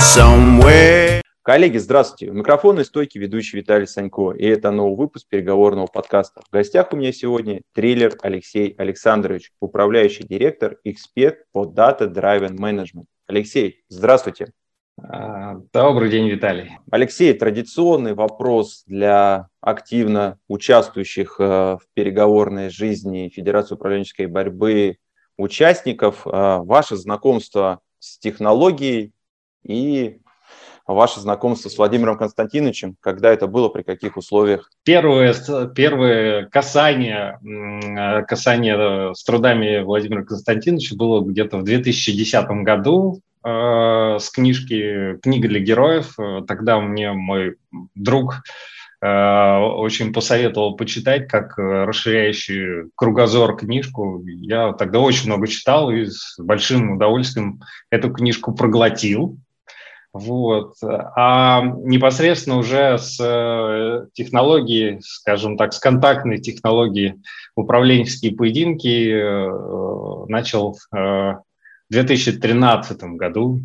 somewhere. Коллеги, здравствуйте. У микрофона и стойки ведущий Виталий Санько. И это новый выпуск переговорного подкаста. В гостях у меня сегодня триллер Алексей Александрович, управляющий директор, эксперт по Data Driven Management. Алексей, здравствуйте. Добрый день, Виталий. Алексей, традиционный вопрос для активно участвующих в переговорной жизни Федерации управленческой борьбы участников. Ваше знакомство с технологией и ваше знакомство с Владимиром Константиновичем, когда это было, при каких условиях? Первое касание с трудами Владимира Константиновича было где-то в 2010 году с книги «Книга для героев». Тогда мне мой друг очень посоветовал почитать, как расширяющую кругозор книжку. Я тогда очень много читал и с большим удовольствием эту книжку проглотил. Вот. А непосредственно уже с технологией, скажем так, с контактной технологией управленческие поединки начал в 2013 году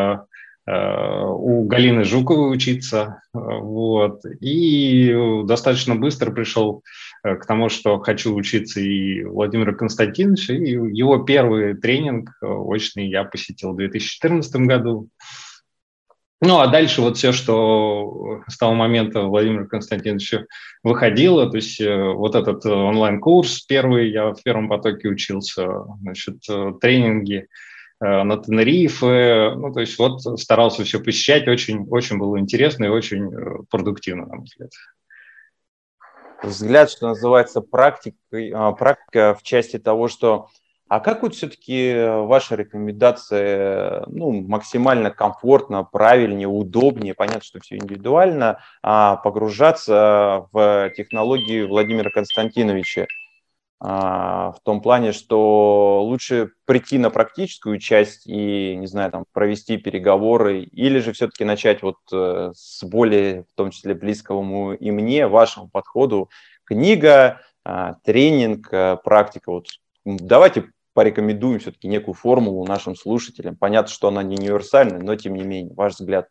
у Галины Жуковой учиться. Вот. И достаточно быстро пришел к тому, что хочу учиться и Владимира Константиновича, и его первый тренинг очный я посетил в 2014 году. Ну, а дальше вот все, что с того момента Владимира Константиновича выходило, то есть вот этот онлайн-курс первый, я в первом потоке учился, значит, тренинги на Тенерифе, ну, то есть вот старался все посещать, очень, очень было интересно и очень продуктивно, на мой взгляд. Взгляд, что называется, практика в части того, что а как вот все-таки ваша рекомендация, максимально комфортно, правильнее, удобнее, понятно, что все индивидуально, погружаться в технологии Владимира Константиновича? В том плане, что лучше прийти на практическую часть и, не знаю, там, провести переговоры, или же все-таки начать вот с более, в том числе, близкому и мне, вашему подходу, книга, тренинг, практика. Вот давайте порекомендуем все-таки некую формулу нашим слушателям. Понятно, что она не универсальная, но тем не менее, ваш взгляд.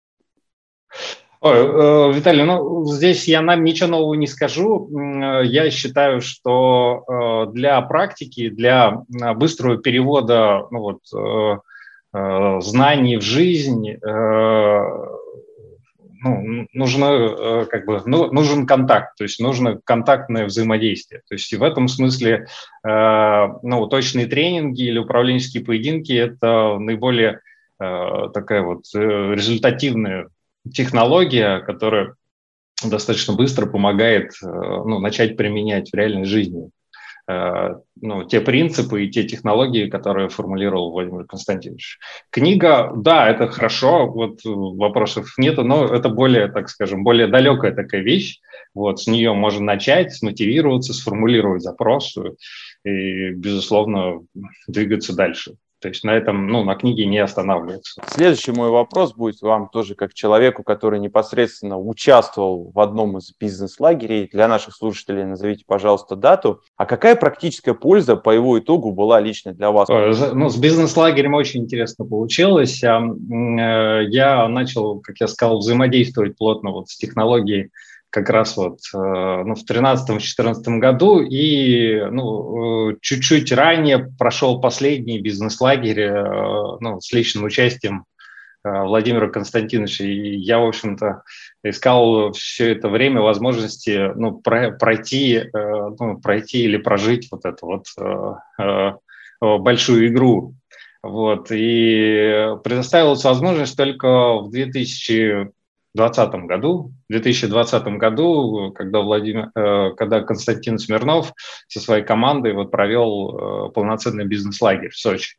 Виталий, здесь я нам ничего нового не скажу. Я считаю, что для практики, для быстрого перевода знаний в жизнь нужен контакт, то есть нужно контактное взаимодействие. То есть в этом смысле точные тренинги или управленческие поединки – это наиболее такая вот результативная технология, которая достаточно быстро помогает начать применять в реальной жизни те принципы и те технологии, которые формулировал Владимир Константинович. Книга, да, это хорошо, вот вопросов нету, но это более, так скажем, более далекая такая вещь. Вот, с нее можно начать, смотивироваться, сформулировать запрос и, безусловно, двигаться дальше. То есть на этом, на книге не останавливается. Следующий мой вопрос будет вам тоже как человеку, который непосредственно участвовал в одном из бизнес-лагерей. Для наших слушателей назовите, пожалуйста, дату. А какая практическая польза по его итогу была лично для вас? С бизнес-лагерем очень интересно получилось. Я начал, как я сказал, взаимодействовать плотно с технологией как раз в 2013-2014 году, и чуть-чуть ранее прошел последний бизнес-лагерь с личным участием Владимира Константиновича, и я, в общем-то, искал все это время возможности пройти или прожить вот эту большую игру. Вот, и предоставилась возможность только в 2020 году, когда Константин Смирнов со своей командой провел полноценный бизнес-лагерь в Сочи.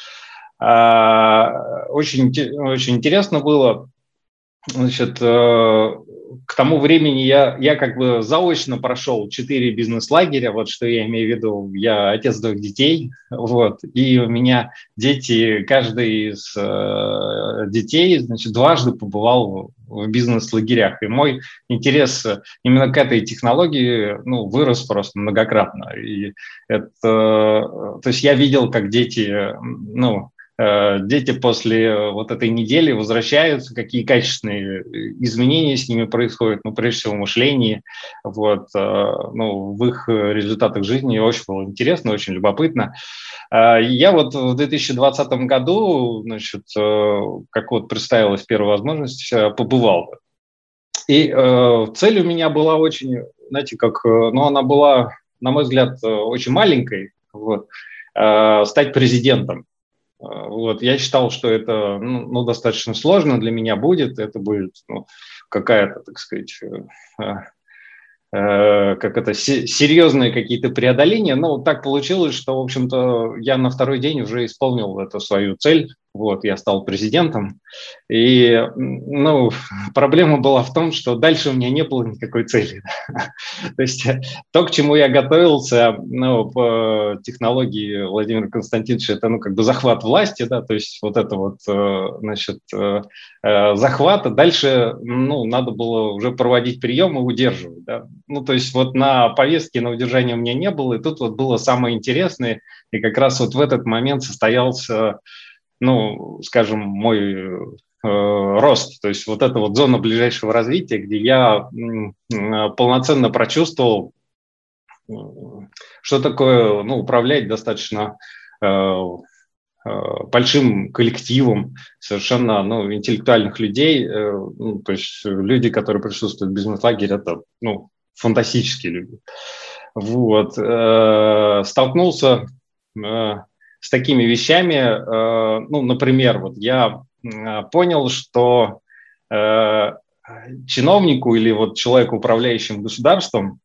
Очень интересно было. Значит, к тому времени я как бы заочно прошел 4 бизнес-лагеря, вот что я имею в виду, я отец 2 детей, вот, и у меня дети, каждый из детей, значит, дважды побывал в бизнес-лагерях, и мой интерес именно к этой технологии, вырос просто многократно, и это, то есть я видел, как дети, дети после вот этой недели возвращаются, какие качественные изменения с ними происходят, ну, прежде всего, в мышлении, вот, ну, в их результатах жизни. Очень было интересно, очень любопытно. Я вот в 2020 году, значит, как вот представилась первая возможность, побывал. И цель у меня была очень, знаете, как, ну, она была, на мой взгляд, очень маленькой, вот, стать президентом. Вот, я считал, что это ну, достаточно сложно для меня будет, это будет ну, какая-то, так сказать, как это, серьезные какие-то преодоления. Но так получилось, что, в общем-то, я на второй день уже исполнил эту свою цель. Вот, я стал президентом. И, ну, проблема была в том, что дальше у меня не было никакой цели. То есть то, к чему я готовился, ну, по технологии Владимира Константиновича, это, ну, как бы захват власти, да, то есть вот это вот, значит, захвата. Дальше, ну, надо было уже проводить приемы, удерживать, да. Ну, то есть вот на повестке на удержание у меня не было, и тут вот было самое интересное, и как раз вот в этот момент состоялся, ну, скажем, мой рост, то есть вот эта вот зона ближайшего развития, где я полноценно прочувствовал, что такое, ну, управлять достаточно большим коллективом совершенно, ну, интеллектуальных людей, ну, то есть люди, которые присутствуют в бизнес-лагере, это, ну, фантастические люди. Вот. Столкнулся с такими вещами, ну, например, вот я понял, что чиновнику или вот человеку, управляющему государством,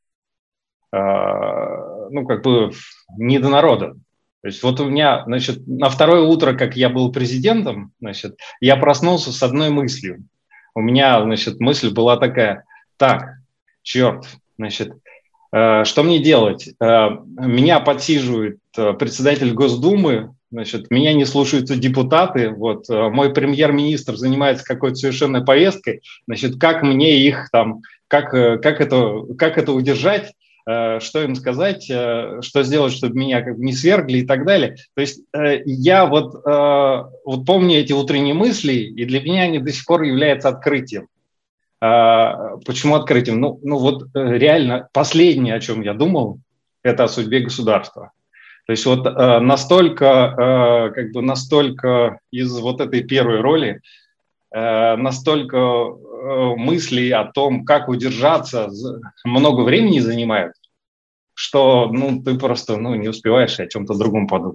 ну, как бы не до народа. То есть вот у меня, значит, на второе утро, как я был президентом, значит, я проснулся с одной мыслью. У меня, значит, мысль была такая: так, черт, значит, что мне делать? Меня подсиживает председатель Госдумы, значит, меня не слушаются депутаты, вот, мой премьер-министр занимается какой-то совершенно повесткой, значит, как мне их там, как это удержать? Что им сказать, что сделать, чтобы меня как бы не свергли и так далее. То есть я вот помню эти утренние мысли, и для меня они до сих пор являются открытием. Почему открытием? Ну вот реально последнее, о чем я думал, это о судьбе государства. То есть вот настолько из вот этой первой роли, настолько мыслей о том, как удержаться, много времени занимают, что, ну, ты просто, ну, не успеваешь о чем-то другом подумать.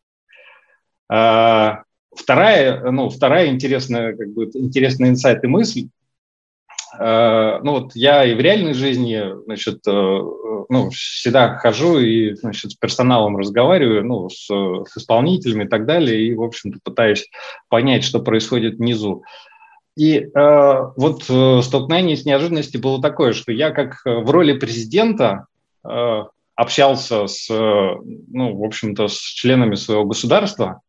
Вторая интересная, как бы, интересный инсайт и мысль. Ну, вот я и в реальной жизни, значит, ну, всегда хожу и, значит, с персоналом разговариваю, ну, с исполнителями и так далее, и, в общем-то, пытаюсь понять, что происходит внизу. И вот столкновение с неожиданностью было такое, что я как в роли президента общался с, ну, в общем-то, с членами своего государства,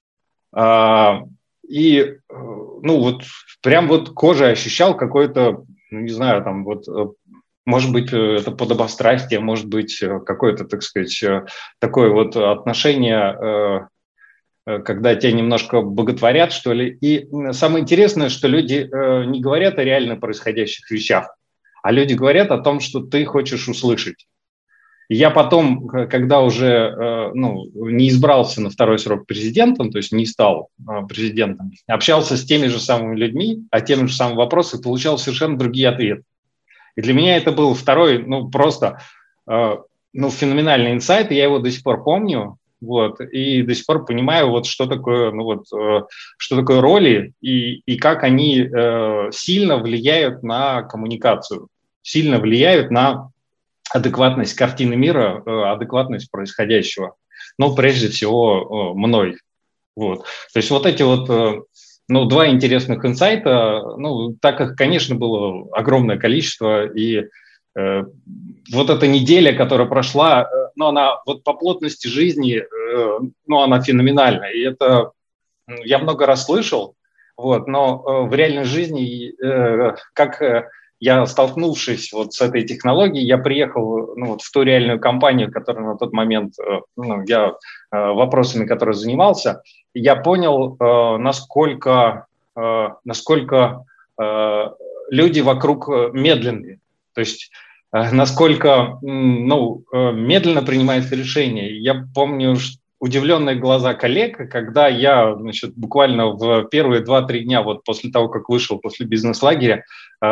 и, ну, вот прям вот кожей ощущал какое-то, ну, не знаю, там вот, может быть, это подобострастие, может быть, какое-то, так сказать, такое вот отношение, когда тебя немножко боготворят, что ли. И самое интересное, что люди не говорят о реально происходящих вещах, а люди говорят о том, что ты хочешь услышать. И я потом, когда уже ну, не избрался на второй срок президентом, то есть не стал президентом, общался с теми же самыми людьми, о теми же самыми вопросах, получал совершенно другие ответы. И для меня это был второй, ну, просто ну, феноменальный инсайт, и я его до сих пор помню. Вот, и до сих пор понимаю, вот, что такое, ну, вот, что такое роли и как они сильно влияют на коммуникацию, сильно влияют на адекватность картины мира, адекватность происходящего. Но прежде всего мной. Вот. То есть вот эти вот ну, два интересных инсайта, ну, так их, конечно, было огромное количество, и вот эта неделя, которая прошла, ну, она вот по плотности жизни, ну, она феноменальна. И это я много раз слышал, вот, но в реальной жизни, как я, столкнувшись вот с этой технологией, я приехал вот в ту реальную компанию, которая на тот момент, я вопросами, которой занимался, я понял, насколько люди вокруг медленные, то есть насколько медленно принимают решения. Я помню удивленные глаза коллег, когда я, буквально в первые 2-3 дня вот после того, как вышел после бизнес-лагеря,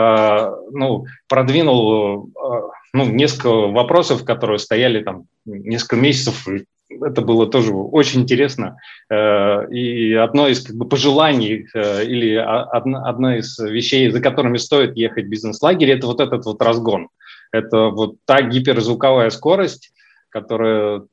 продвинул несколько вопросов, которые стояли там несколько месяцев. Это было тоже очень интересно. И одно из пожеланий или одна из вещей, за которыми стоит ехать в бизнес-лагерь, это вот этот вот разгон. Это вот та гиперзвуковая скорость, которую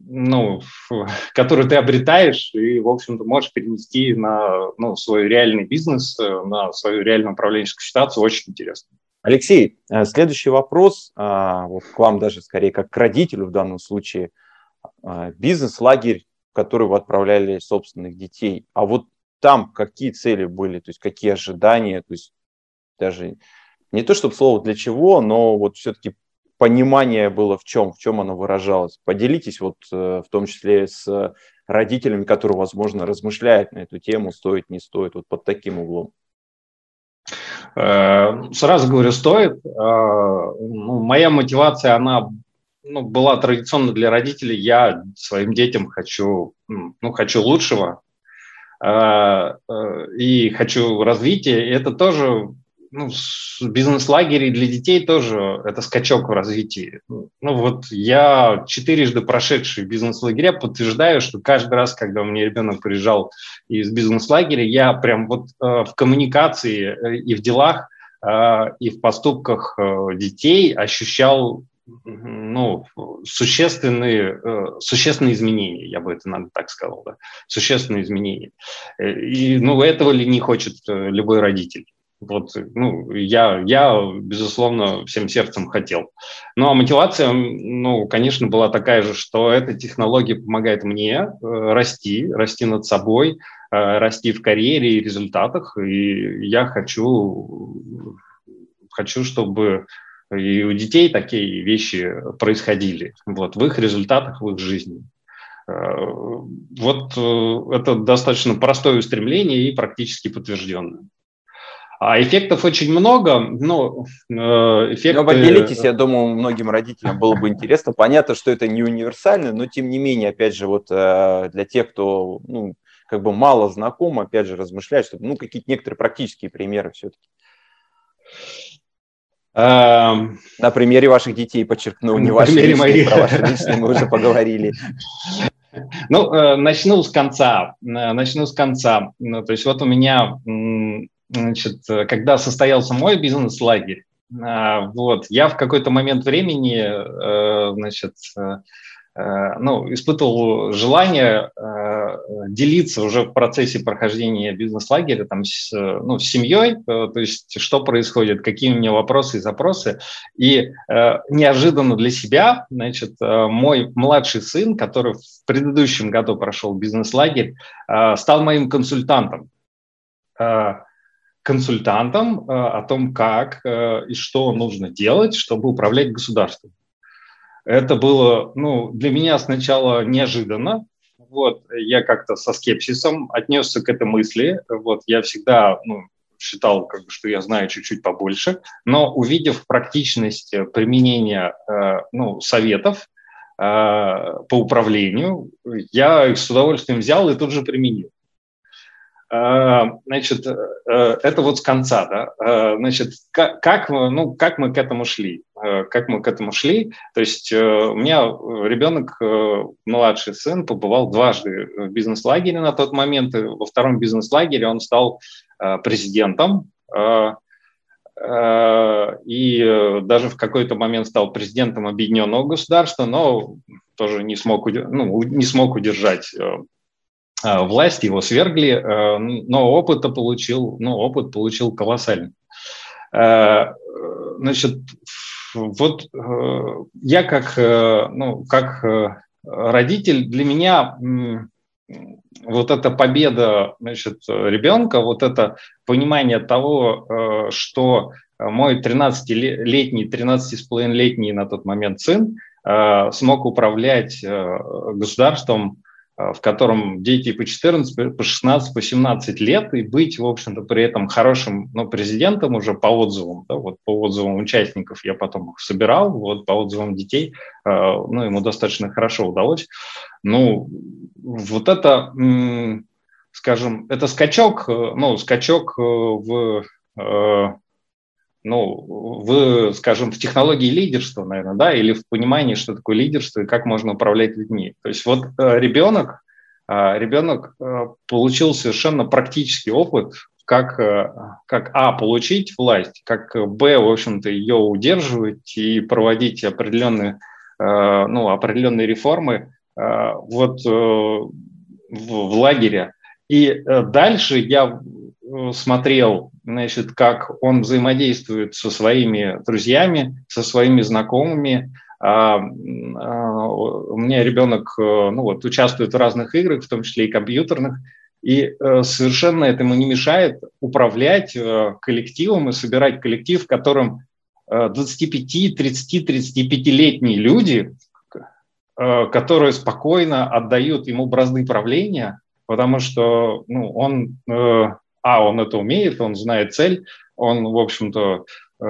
ты обретаешь и, в общем-то, можешь перенести на свой реальный бизнес, на свою реальную управленческую ситуацию. Очень интересно. Алексей, следующий вопрос, вот к вам даже скорее как к родителю в данном случае. Бизнес-лагерь, в который вы отправляли собственных детей, а вот там какие цели были, то есть какие ожидания, то есть даже не то чтобы слово для чего, но вот все-таки понимание было в чем оно выражалось. Поделитесь вот в том числе с родителями, которые, возможно, размышляют на эту тему, стоит, не стоит, вот под таким углом. Сразу говорю, стоит. Моя мотивация, она была традиционно для родителей. Я своим детям хочу лучшего и хочу развития. И это тоже бизнес-лагерь для детей тоже это скачок в развитии. Вот я 4 прошедший бизнес-лагеря подтверждаю, что каждый раз, когда у меня ребенок приезжал из бизнес-лагеря, я прям вот в коммуникации и в делах, и в поступках детей ощущал существенные изменения, я бы это, наверное, так сказал, да? Существенные изменения. И этого ли не хочет любой родитель? Вот, я, безусловно, всем сердцем хотел. Ну, а мотивация, конечно, была такая же, что эта технология помогает мне расти над собой, расти в карьере и результатах. И я хочу, чтобы и у детей такие вещи происходили, вот, в их результатах, в их жизни. Вот это достаточно простое устремление и практически подтвержденное. А эффектов очень много, но эффекты... Но поделитесь, я думаю, многим родителям было бы интересно. Понятно, что это не универсально, но тем не менее, опять же, вот для тех, кто мало знаком, опять же, размышляют, чтобы какие-то некоторые практические примеры все-таки. На примере ваших детей, подчеркну, не ваши личные, про ваши личные мы уже поговорили. Начну с конца. То есть вот у меня... когда состоялся мой бизнес-лагерь, я в какой-то момент времени, испытывал желание делиться уже в процессе прохождения бизнес-лагеря с семьей, то есть что происходит, какие у меня вопросы и запросы. И неожиданно для себя, мой младший сын, который в предыдущем году прошел бизнес-лагерь, стал моим консультантом о том, как и что нужно делать, чтобы управлять государством. Это было, для меня сначала неожиданно. Вот, я как-то со скепсисом отнесся к этой мысли. Вот, я всегда считал, что я знаю чуть-чуть побольше, но увидев практичность применения советов по управлению, я их с удовольствием взял и тут же применил. Это вот с конца, да. Как мы к этому шли? То есть у меня ребенок, младший сын, побывал дважды в бизнес-лагере на тот момент. И во втором бизнес-лагере он стал президентом. И даже в какой-то момент стал президентом Объединенного государства, но тоже не смог удержать власть, его свергли, но опыт получил колоссальный. Вот я как родитель, для меня вот эта победа ребенка, вот это понимание того, что мой 13-летний, 13,5-летний на тот момент сын смог управлять государством, в котором дети по 14, по 16, по 17 лет, и быть, в общем-то, при этом хорошим президентом уже по отзывам, да, вот по отзывам участников, я потом их собирал, вот по отзывам детей, ему достаточно хорошо удалось. Ну, вот это, скажем, это скачок, скачок скажем, в технологии лидерства, наверное, да, или в понимании, что такое лидерство и как можно управлять людьми. То есть вот ребенок получил совершенно практический опыт, как получить власть, как в общем-то, ее удерживать и проводить определенные реформы в лагере. И дальше я смотрел, значит, как он взаимодействует со своими друзьями, со своими знакомыми. У меня ребенок участвует в разных играх, в том числе и компьютерных, и совершенно этому не мешает управлять коллективом и собирать коллектив, в котором 25, 30, 35-летние люди, которые спокойно отдают ему бразды правления, потому что он это умеет, он знает цель, он, в общем-то,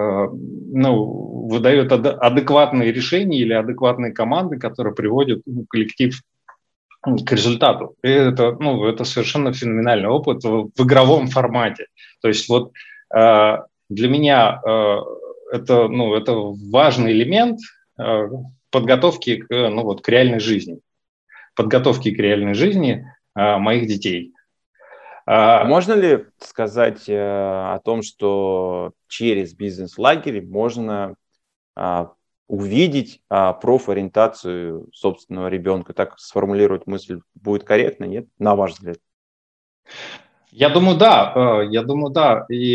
выдает адекватные решения или адекватные команды, которые приводят коллектив к результату. И это совершенно феноменальный опыт в игровом формате. То есть вот для меня это важный элемент подготовки к реальной жизни. Подготовки к реальной жизни моих детей. Можно ли сказать о том, что через бизнес-лагерь можно увидеть профориентацию собственного ребенка? Так сформулировать мысль будет корректно, нет? На ваш взгляд? Я думаю, да. И,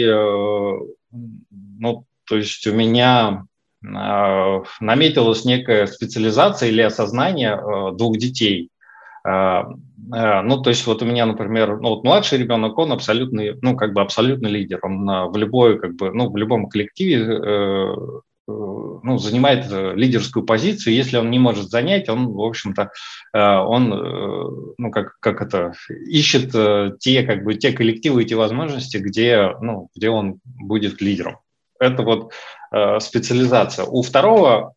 то есть у меня наметилась некая специализация или осознание двух детей. То есть вот у меня, например, младший ребенок, он абсолютный, абсолютный лидер. Он в любом коллективе занимает лидерскую позицию. Если он не может занять, он, в общем-то, ищет те коллективы и те возможности, где он будет лидером. Это вот специализация. У второго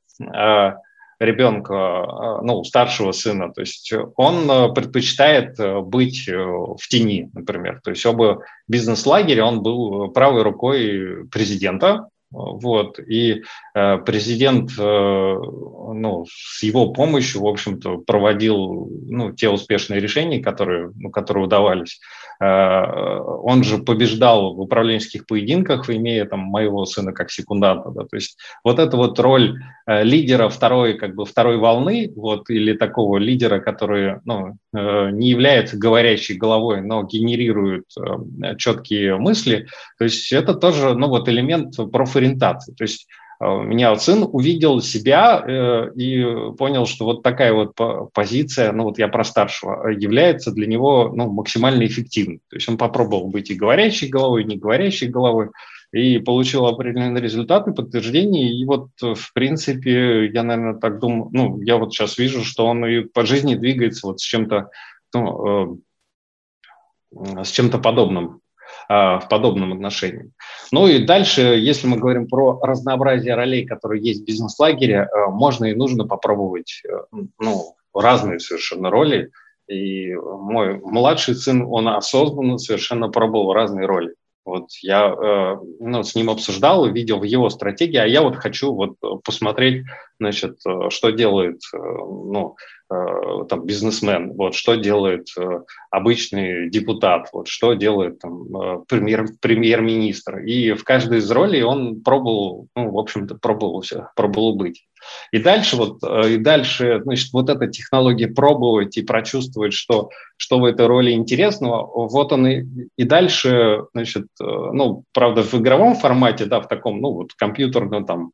ребенка, старшего сына, то есть он предпочитает быть в тени, например. То есть оба бизнес-лагеря, он был правой рукой президента, и президент, с его помощью, в общем-то, проводил, те успешные решения, которые удавались. Он же побеждал в управленческих поединках, имея моего сына как секунданта, да, то есть вот эта вот роль лидера второй волны, или такого лидера, который, не является говорящей головой, но генерирует четкие мысли, то есть это тоже, элемент профориентации. То есть у меня сын увидел себя и понял, что вот такая вот позиция, я про старшего, является для него максимально эффективной. То есть он попробовал быть и говорящей головой, и не говорящей головой, и получил определенные результаты, подтверждения. И вот, в принципе, я, наверное, так думаю, я вот сейчас вижу, что он и по жизни двигается вот с чем-то подобным. В подобном отношении. И дальше, если мы говорим про разнообразие ролей, которые есть в бизнес-лагере, можно и нужно попробовать разные совершенно роли. И мой младший сын, он осознанно совершенно пробовал разные роли. Вот я с ним обсуждал, видел в его стратегии, а я вот хочу посмотреть, что делает бизнесмен, что делает обычный депутат, что делает премьер-министр. И в каждой из ролей он пробовал, пробовал быть. И дальше эта технология пробовать и прочувствовать, что в этой роли интересного, вот он и дальше, правда, в игровом формате, да, в таком, компьютерном,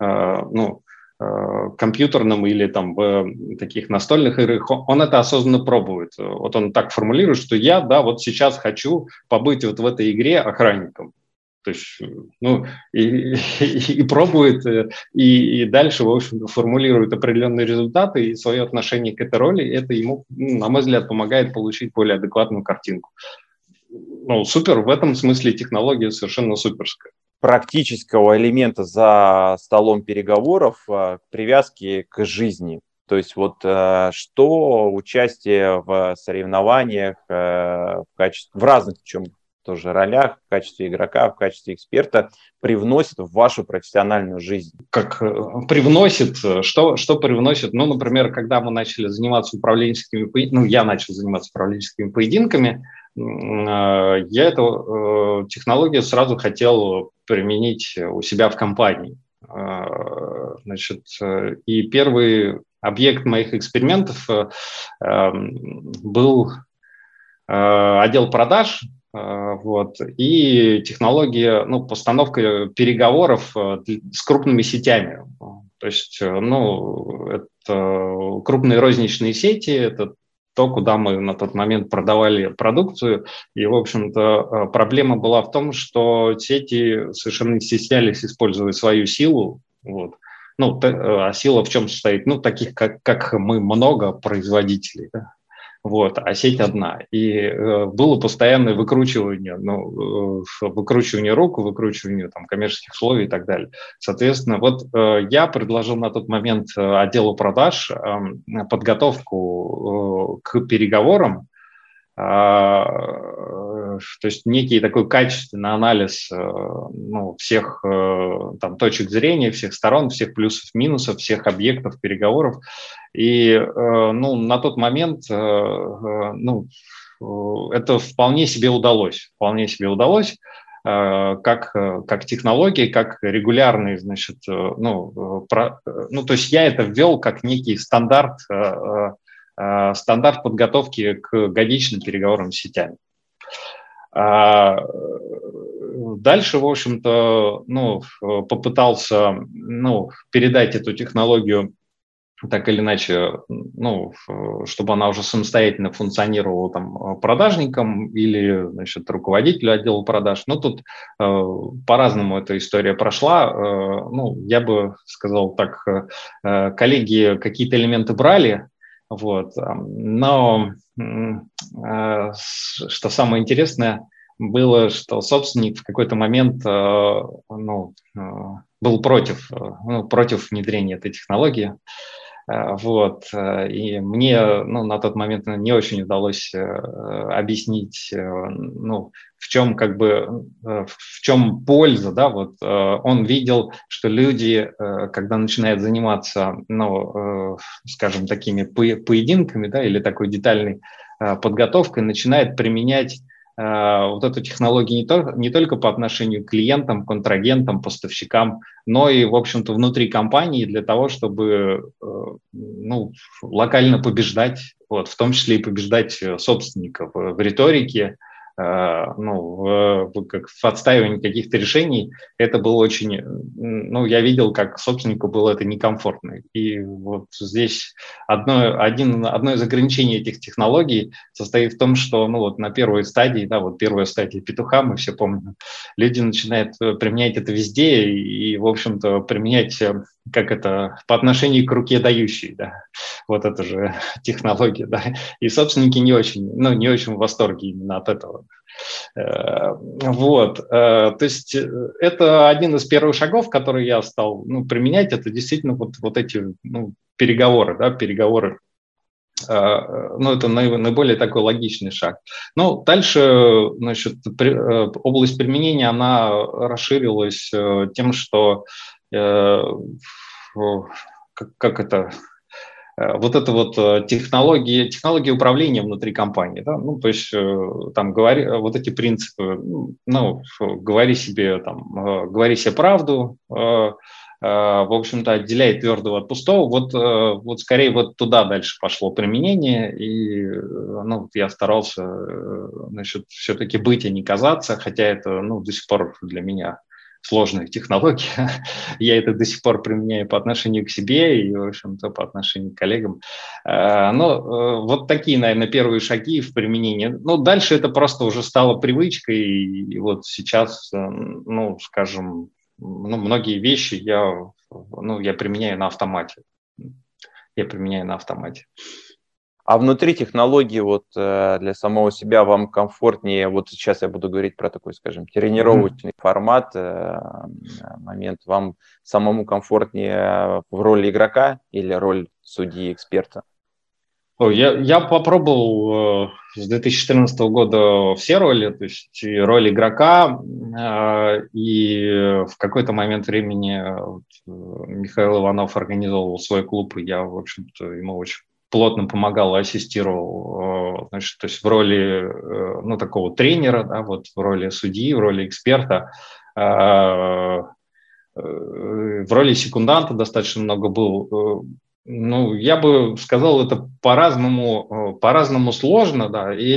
компьютерном или в таких настольных играх, он это осознанно пробует. Вот он так формулирует, что я, вот сейчас хочу побыть в этой игре охранником. То есть, ну, и пробует, и дальше, в общем, формулирует определенные результаты и свое отношение к этой роли. Это ему, на мой взгляд, помогает получить более адекватную картинку. Ну, супер, в этом смысле технология совершенно суперская. Практического элемента за столом переговоров к привязке к жизни. То есть вот что участие в соревнованиях в разных причем тоже ролях, в качестве игрока, в качестве эксперта привносит в вашу профессиональную жизнь? Как привносит, что привносит? Ну, например, когда мы начали заниматься я начал заниматься управленческими поединками, я эту технологию сразу хотел применить у себя в компании. Значит, и первый объект моих экспериментов был отдел продаж, вот, и технология, ну, постановка переговоров с крупными сетями. То есть, ну, это крупные розничные сети, это то, куда мы на тот момент продавали продукцию. И, в общем-то, проблема была в том, что сети совершенно не стеснялись использовать свою силу. Вот. Ну, а сила в чем состоит? Ну, таких, как мы, много производителей, да? Вот, а сеть одна. И было постоянное выкручивание, выкручивание рук, выкручивание там, коммерческих условий и так далее. Соответственно, вот я предложил на тот момент отделу продаж подготовку к переговорам, то есть некий такой качественный анализ всех там, точек зрения, всех сторон, всех плюсов, минусов, всех объектов переговоров. И на тот момент это вполне себе удалось. Как технологии, как регулярный, значит, то есть я это ввел как некий стандарт подготовки к годичным переговорам с сетями. Дальше, в общем-то, попытался передать эту технологию так или иначе, чтобы она уже самостоятельно функционировала там продажником или, значит, руководителю отдела продаж. Но тут по-разному эта история прошла. Я бы сказал так, коллеги какие-то элементы брали, вот, но что самое интересное было, что собственник в какой-то момент был против внедрения этой технологии. Вот. И мне на тот момент не очень удалось объяснить, в чем польза. Да? Вот, он видел, что люди, когда начинают заниматься, скажем, такими поединками, да, или такой детальной подготовкой, начинают применять вот эту технологию не только по отношению к клиентам, контрагентам, поставщикам, но и, в общем-то, внутри компании для того, чтобы локально побеждать, вот, в том числе и побеждать собственников в риторике, в отстаивании каких-то решений. Это было очень, я видел, как собственнику было это некомфортно. И вот здесь одно из ограничений этих технологий состоит в том, что на первой стадии, первая стадия петуха, мы все помним, люди начинают применять это везде и, в общем-то, применять по отношению к руке дающей, да, вот это же технология, да, и собственники не очень в восторге именно от этого. Вот, то есть это один из первых шагов, который я стал применять, это действительно вот эти переговоры, да, это наиболее такой логичный шаг. Дальше, значит, область применения, она расширилась тем, что технологии управления внутри компании, да, то есть там вот эти принципы, говори себе правду, в общем-то, отделяет твердого от пустого. Вот скорее вот туда дальше пошло применение, и я старался, значит, все-таки быть, а не казаться, хотя это до сих пор для меня сложная технология. Я это до сих пор применяю по отношению к себе и, в общем-то, по отношению к коллегам. Но вот такие, наверное, первые шаги в применении. Ну, дальше это просто уже стало привычкой, и вот сейчас, ну, скажем, ну, многие вещи я применяю на автомате. Я применяю на автомате. А внутри технологии вот для самого себя вам комфортнее, вот сейчас я буду говорить про такой, скажем, тренировочный формат, момент, вам самому комфортнее в роли игрока или роль судьи-эксперта? Я попробовал с 2014 года все роли, то есть и роль игрока, и в какой-то момент времени Михаил Иванов организовал свой клуб, и я, в общем-то, ему очень плотно помогал и ассистировал, значит, то есть в роли, ну, такого тренера, да, вот в роли судьи, в роли эксперта, в роли секунданта достаточно много был. Ну, я бы сказал, это по-разному сложно, да, и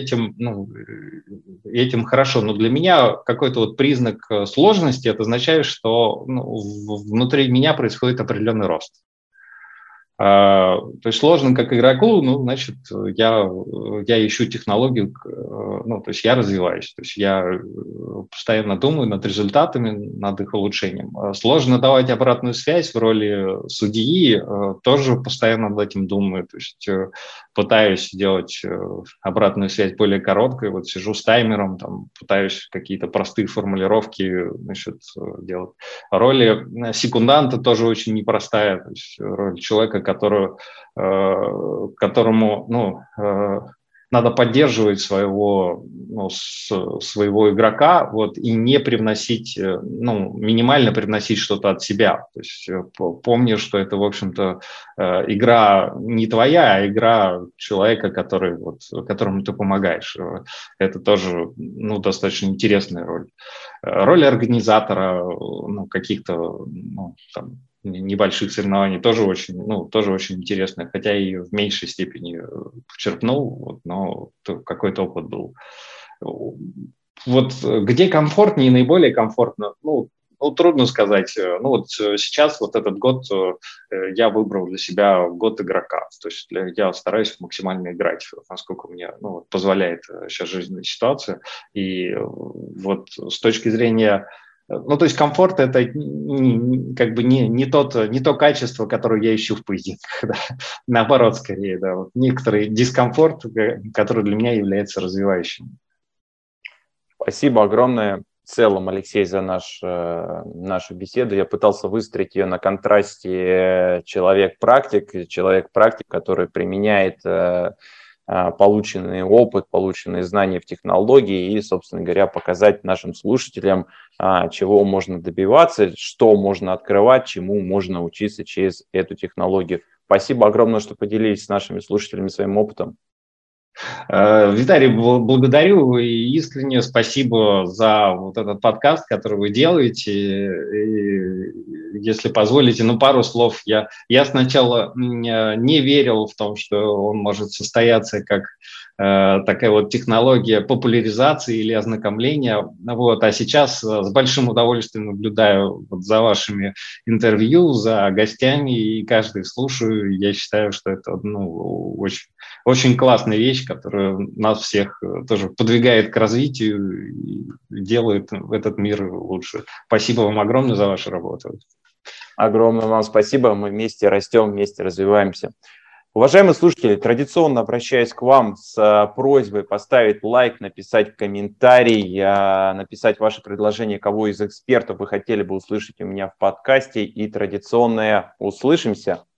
этим хорошо. Но для меня какой-то вот признак сложности, это означает, что внутри меня происходит определенный рост. То есть сложно как игроку, ну, значит, я ищу технологию, ну, то есть я развиваюсь, то есть я постоянно думаю над результатами, над их улучшением. Сложно давать обратную связь в роли судьи, тоже постоянно над этим думаю, то есть пытаюсь делать обратную связь более короткой, вот сижу с таймером, там, пытаюсь какие-то простые формулировки, значит, делать. Роли секунданта тоже очень непростая, то есть роль человека, которому надо поддерживать своего игрока, вот, и не привносить, минимально привносить что-то от себя. То есть помни, что это, в общем-то, игра не твоя, а игра человека, которому ты помогаешь. Это тоже, достаточно интересная роль. Роль организатора, каких-то, там, небольших соревнований тоже очень интересно, хотя и в меньшей степени почерпнул, но какой-то опыт был. Вот где комфортнее и наиболее комфортно, трудно сказать. Сейчас вот этот год я выбрал для себя год игрока. То есть я стараюсь максимально играть, насколько мне позволяет сейчас жизненная ситуация. И вот с точки зрения... то есть комфорт – это как бы не то качество, которое я ищу в поединках. Да. Наоборот, скорее, да. Вот некоторый дискомфорт, который для меня является развивающим. Спасибо огромное в целом, Алексей, за нашу беседу. Я пытался выстроить ее на контрасте человек-практик, который применяет полученный опыт, полученные знания в технологии и, собственно говоря, показать нашим слушателям, чего можно добиваться, что можно открывать, чему можно учиться через эту технологию. Спасибо огромное, что поделились с нашими слушателями своим опытом. Виталий, благодарю и искренне спасибо за вот этот подкаст, который вы делаете. И, если позволите, пару слов. Я сначала не верил в том, что он может состояться как такая вот технология популяризации или ознакомления. А сейчас с большим удовольствием наблюдаю за вашими интервью, за гостями, и каждый слушаю. Я считаю, что это очень, очень классная вещь, которая нас всех тоже подвигает к развитию и делает этот мир лучше. Спасибо вам огромное за вашу работу. Огромное вам спасибо. Мы вместе растем, вместе развиваемся. Уважаемые слушатели, традиционно обращаюсь к вам с просьбой поставить лайк, написать комментарий, написать ваше предложение, кого из экспертов вы хотели бы услышать у меня в подкасте. И традиционное «Услышимся».